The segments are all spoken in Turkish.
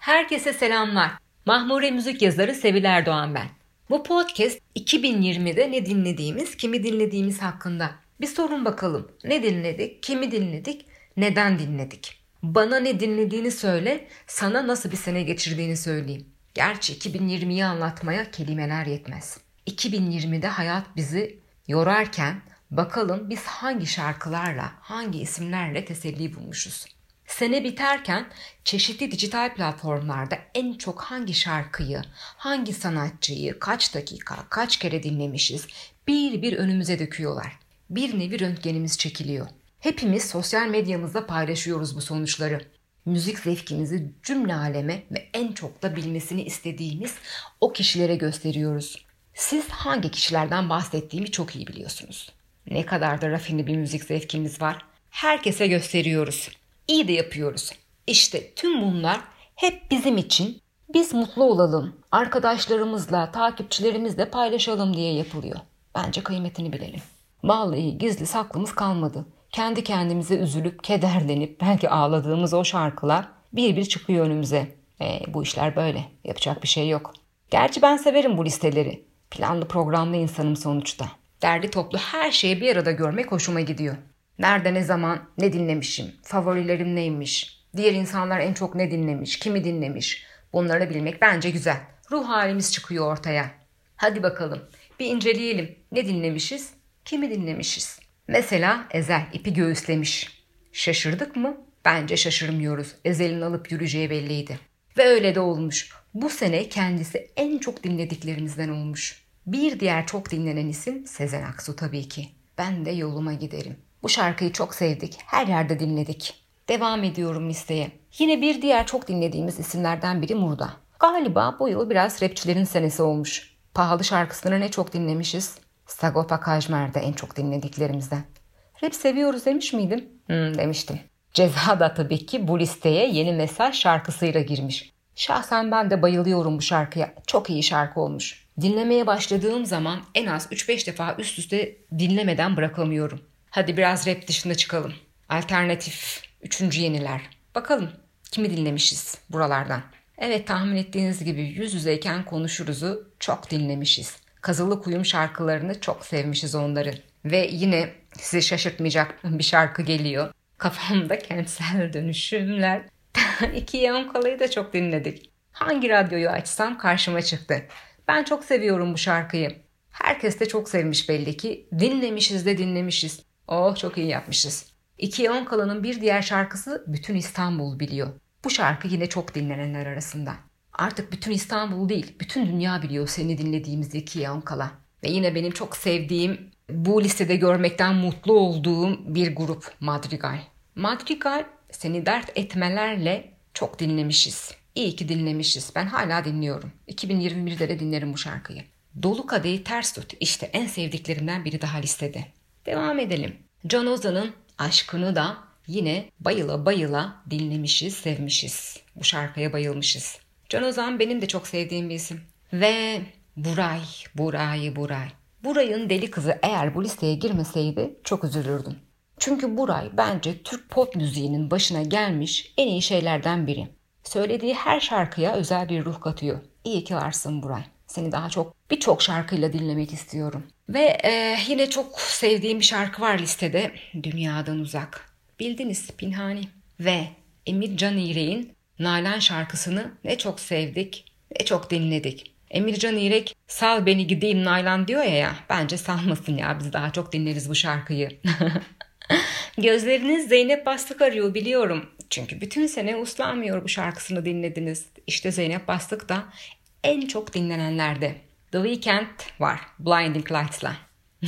Herkese selamlar. Mahmure müzik yazarı Sevil Erdoğan ben. Bu podcast 2020'de ne dinlediğimiz, kimi dinlediğimiz hakkında. Bir sorun bakalım. Ne dinledik, kimi dinledik, neden dinledik? Bana ne dinlediğini söyle, sana nasıl bir sene geçirdiğini söyleyeyim. Gerçi 2020'yi anlatmaya kelimeler yetmez. 2020'de hayat bizi yorarken bakalım biz hangi şarkılarla, hangi isimlerle teselli bulmuşuz. Sene biterken çeşitli dijital platformlarda en çok hangi şarkıyı, hangi sanatçıyı, kaç dakika, kaç kere dinlemişiz bir bir önümüze döküyorlar. Bir nevi röntgenimiz çekiliyor. Hepimiz sosyal medyamızda paylaşıyoruz bu sonuçları. Müzik zevkimizi cümle aleme ve en çok da bilmesini istediğimiz o kişilere gösteriyoruz. Siz hangi kişilerden bahsettiğimi çok iyi biliyorsunuz. Ne kadar da rafine bir müzik zevkimiz var. Herkese gösteriyoruz. İyi de yapıyoruz. İşte tüm bunlar hep bizim için, biz mutlu olalım, arkadaşlarımızla, takipçilerimizle paylaşalım diye yapılıyor. Bence kıymetini bilelim. Vallahi gizli saklımız kalmadı. Kendi kendimize üzülüp, kederlenip, belki ağladığımız o şarkılar bir bir çıkıyor önümüze. Bu işler böyle. Yapacak bir şey yok. Gerçi ben severim bu listeleri. Planlı programlı insanım sonuçta. Derli toplu her şeyi bir arada görmek hoşuma gidiyor. Nerede, ne zaman, ne dinlemişim, favorilerim neymiş, diğer insanlar en çok ne dinlemiş, kimi dinlemiş, bunları bilmek bence güzel. Ruh halimiz çıkıyor ortaya. Hadi bakalım bir inceleyelim. Ne dinlemişiz, kimi dinlemişiz. Mesela Ezel ipi göğüslemiş. Şaşırdık mı? Bence şaşırmıyoruz. Ezel'in alıp yürüyeceği belliydi. Ve öyle de olmuş. Bu sene kendisi en çok dinlediklerimizden olmuş. Bir diğer çok dinlenen isim Sezen Aksu tabii ki. Ben de yoluma giderim. Bu şarkıyı çok sevdik. Her yerde dinledik. Devam ediyorum listeye. Yine bir diğer çok dinlediğimiz isimlerden biri Murda. Galiba bu yıl biraz rapçilerin senesi olmuş. Pahalı şarkısını ne çok dinlemişiz. Sagopa Kajmer'de en çok dinlediklerimizden. Rap seviyoruz demiş miydim? Demiştim. Ceza da tabii ki bu listeye Yeni Mesaj şarkısıyla girmiş. Şahsen ben de bayılıyorum bu şarkıya. Çok iyi şarkı olmuş. Dinlemeye başladığım zaman en az 3-5 defa üst üste dinlemeden bırakamıyorum. Hadi biraz rap dışına çıkalım. Alternatif, üçüncü yeniler. Bakalım kimi dinlemişiz buralardan. Evet, tahmin ettiğiniz gibi Yüz Yüzeyken Konuşuruz'u çok dinlemişiz. Kazılı Kuyum şarkılarını çok sevmişiz onları. Ve yine sizi şaşırtmayacak bir şarkı geliyor. Kafamda Kentsel Dönüşümler. İki Yankı'yı da çok dinledik. Hangi radyoyu açsam karşıma çıktı. Ben çok seviyorum bu şarkıyı. Herkes de çok sevmiş belli ki. Dinlemişiz de dinlemişiz. Oh, çok iyi yapmışız. İki Yankı'nın bir diğer şarkısı Bütün İstanbul Biliyor. Bu şarkı yine çok dinlenenler arasında. Artık bütün İstanbul değil, bütün dünya biliyor seni dinlediğimiz İki Yankı. Ve yine benim çok sevdiğim, bu listede görmekten mutlu olduğum bir grup Madrigal. Madrigal seni dert etmelerle çok dinlemişiz. İyi ki dinlemişiz. Ben hala dinliyorum. 2021'de de dinlerim bu şarkıyı. Dolu Kadehi Ters Tut işte en sevdiklerimden biri daha listede. Devam edelim. Can Ozan'ın Aşkını da yine bayıla bayıla dinlemişiz, sevmişiz. Bu şarkıya bayılmışız. Can Ozan benim de çok sevdiğim bir isim. Ve Buray. Buray'ın Deli Kızı eğer bu listeye girmeseydi çok üzülürdüm. Çünkü Buray bence Türk pop müziğinin başına gelmiş en iyi şeylerden biri. Söylediği her şarkıya özel bir ruh katıyor. İyi ki varsın Buray. Seni daha çok birçok şarkıyla dinlemek istiyorum. Ve yine çok sevdiğim bir şarkı var listede. Dünyadan Uzak. Bildiniz, Pinhani. Ve Emir Can İrek'in Nalan şarkısını ne çok sevdik, ne çok dinledik. Emir Can İrek sal beni gideyim Nalan diyor ya. Bence salmasın ya, biz daha çok dinleriz bu şarkıyı. Gözleriniz Zeynep Bastık arıyor biliyorum. Çünkü bütün sene uslanmıyor bu şarkısını dinlediniz. İşte Zeynep Bastık da en çok dinlenenlerde. The Weeknd var Blinding Lights'la.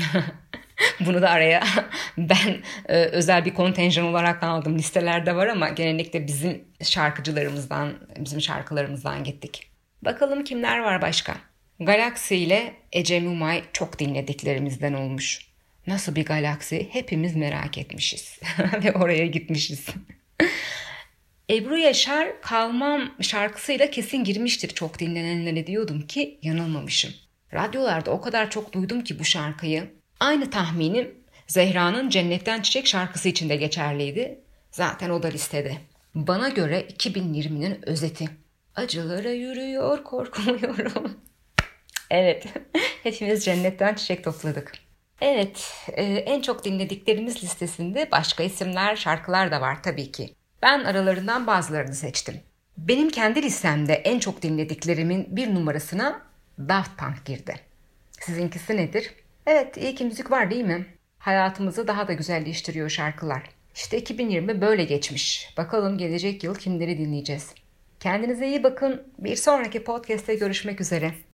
Bunu da araya ben özel bir kontenjan olarak aldım. Listelerde var ama genellikle bizim şarkıcılarımızdan, bizim şarkılarımızdan gittik. Bakalım kimler var başka? Galaxy ile Ece Mumay çok dinlediklerimizden olmuş. Nasıl bir galaksi? Hepimiz merak etmişiz. Ve oraya gitmişiz. Ebru Yaşar Kalmam şarkısıyla kesin girmiştir çok dinlenenlere diyordum ki yanılmamışım. Radyolarda o kadar çok duydum ki bu şarkıyı. Aynı tahminim Zehra'nın Cennetten Çiçek şarkısı için de geçerliydi. Zaten o da listede. Bana göre 2020'nin özeti. Acılara yürüyor korkmuyorum. Evet, hepimiz cennetten çiçek topladık. Evet, en çok dinlediklerimiz listesinde başka isimler, şarkılar da var tabii ki. Ben aralarından bazılarını seçtim. Benim kendi listemde en çok dinlediklerimin bir numarasına Daft Punk girdi. Sizinkisi nedir? Evet, iyi ki müzik var değil mi? Hayatımızı daha da güzelleştiriyor şarkılar. İşte 2020 böyle geçmiş. Bakalım gelecek yıl kimleri dinleyeceğiz. Kendinize iyi bakın. Bir sonraki podcast'te görüşmek üzere.